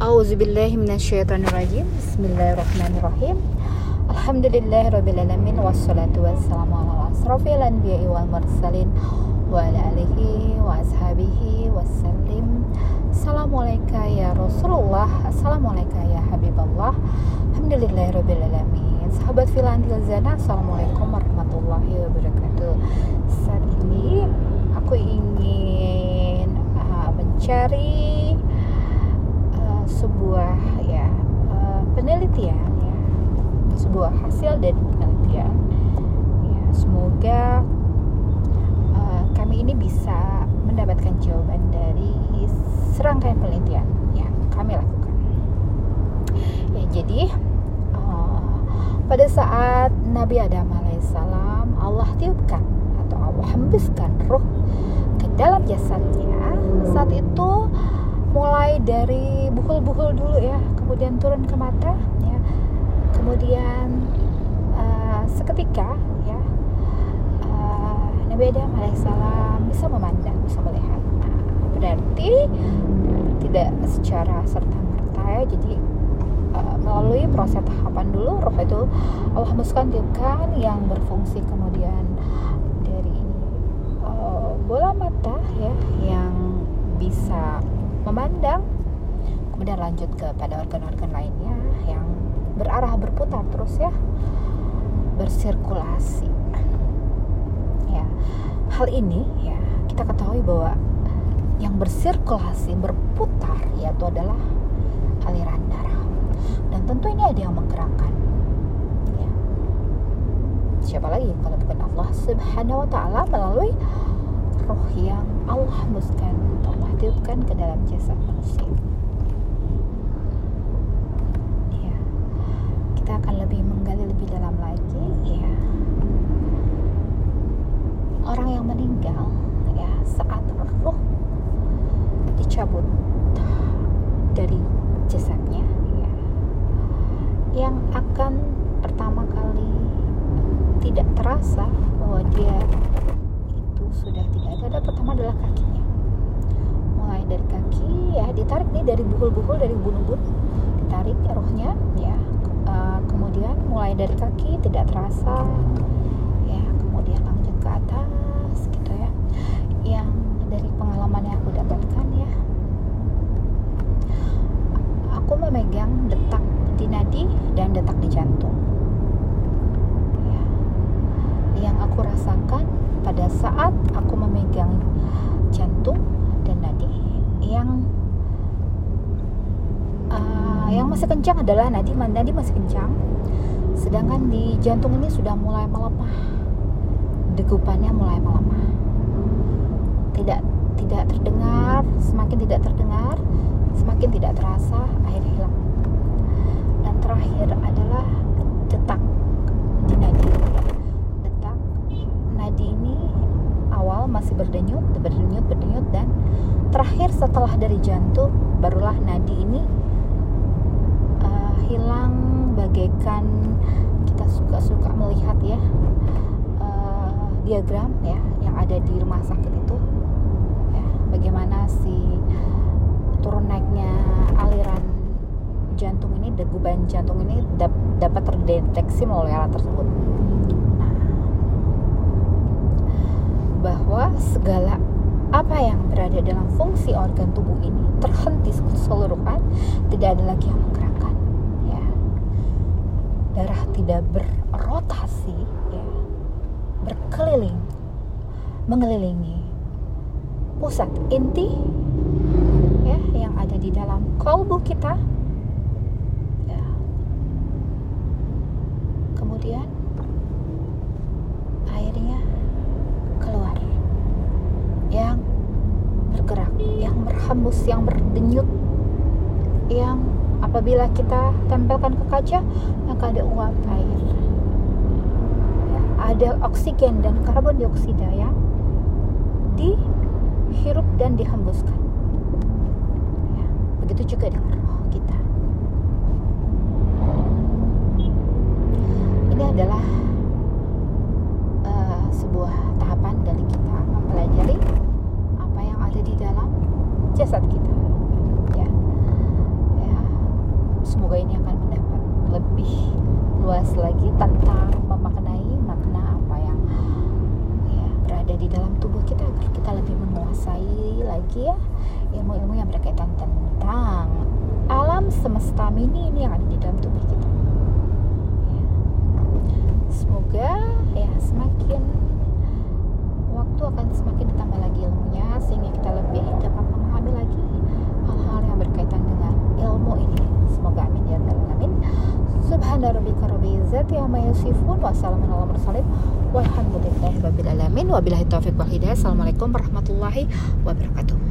A'udzubillahi minasyaitonirrajim. Bismillahirrahmanirrahim. Alhamdulillahirrabbilalamin. Wassalatu wassalamu ala asrofil anbiya'i wal mursalin wa ala alihi wa ashabihi wassalim. Assalamualaikum ya Rasulullah. Assalamualaikum ya Habiballah. Alhamdulillahirrabbilalamin. Sahabat Filantil Zana, assalamualaikum warahmatullahi wabarakatuh. Saat ini aku ingin mencari sebuah penelitian, sebuah hasil dari penelitian. Semoga kami ini bisa mendapatkan jawaban dari serangkaian penelitian yang kami lakukan. Jadi pada saat Nabi Adam alaihissalam, Allah tiupkan atau Allah hembuskan ruh ke dalam jasadnya. Saat itu mulai dari buhul-buhul dulu kemudian turun ke mata kemudian seketika Nabi Adam alaihissalam bisa memandang, bisa melihat. Berarti tidak secara serta-merta jadi melalui proses tahapan dulu roh itu Allah hembuskan, tiupkan yang berfungsi kemudian dari bola mata yang bisa memandang, kemudian lanjut kepada organ-organ lainnya yang berputar terus bersirkulasi. Hal ini kita ketahui bahwa yang bersirkulasi, berputar yaitu adalah aliran darah, dan tentu ini ada yang menggerakkan. Siapa lagi kalau bukan Allah Subhanahu wa Ta'ala melalui roh yang Allah hembuskan, Allah tiupkan ke dalam jasad manusia. Kita akan lebih menggali lebih dalam lagi. Orang yang meninggal saat roh dicabut dari jasadnya, yang akan pertama kali tidak terasa bahwa dia itu sudah tidak ada. Pertama adalah kakinya. Mulai dari kaki ditarik nih, dari buhul-buhul, dari ubun-ubun ditarik rohnya kemudian mulai dari kaki tidak terasa kemudian lanjut ke atas gitu yang dari pengalaman yang aku dapatkan aku memegang detak di nadi dan detak di jantung. Yang aku rasakan pada saat aku memegang jantung dan nadi, yang masih kencang adalah nadi masih kencang, sedangkan di jantung ini sudah mulai melemah, degupannya mulai melemah, tidak terdengar, semakin tidak terdengar, semakin tidak terasa, akhirnya hilang. Dan terakhir adalah detak di nadi. Detak nadi ini awal masih berdenyut, dan terakhir setelah dari jantung barulah nadi ini hilang, bagaikan kita suka melihat diagram yang ada di rumah sakit itu bagaimana si turun naiknya aliran jantung ini, degupan jantung ini dapat terdeteksi melalui alat tersebut. Bahwa segala apa yang berada dalam fungsi organ tubuh ini terhenti keseluruhan, tidak ada lagi yang menggerakkan. Darah tidak berrotasi, berkeliling, mengelilingi pusat inti yang ada di dalam kalbu kita. Kemudian akhirnya keluar, yang bergerak, yang berhembus, yang berdenyut, yang apabila kita tempelkan ke kaca maka ada uap air, ada oksigen dan karbon dioksida yang dihirup dan dihembuskan. Begitu juga dengan roh kita. Ini adalah sebuah tahapan dari kita mempelajari apa yang ada di dalam jasad kita. semoga ini akan mendapat lebih luas lagi tentang memaknai makna apa yang ya berada di dalam tubuh kita, agar kita lebih menguasai lagi ya ilmu-ilmu yang berkaitan tentang alam semesta mini ini yang ada di dalam tubuh kita. Ya. Semoga ya semakin waktu akan semakin ditambah lagi ilmunya, sehingga kita lebih dapat memahami lagi hal-hal yang berkaitan dengan ilmu ini. Semoga amin ya rabbal alamin. Subhana rabbika rabbil izzati amma yasifun wa salamun alal mursalin walhamdulillahi rabbil alamin. Wabillahi taufiq wal hidayah. Assalamualaikum warahmatullahi wabarakatuh.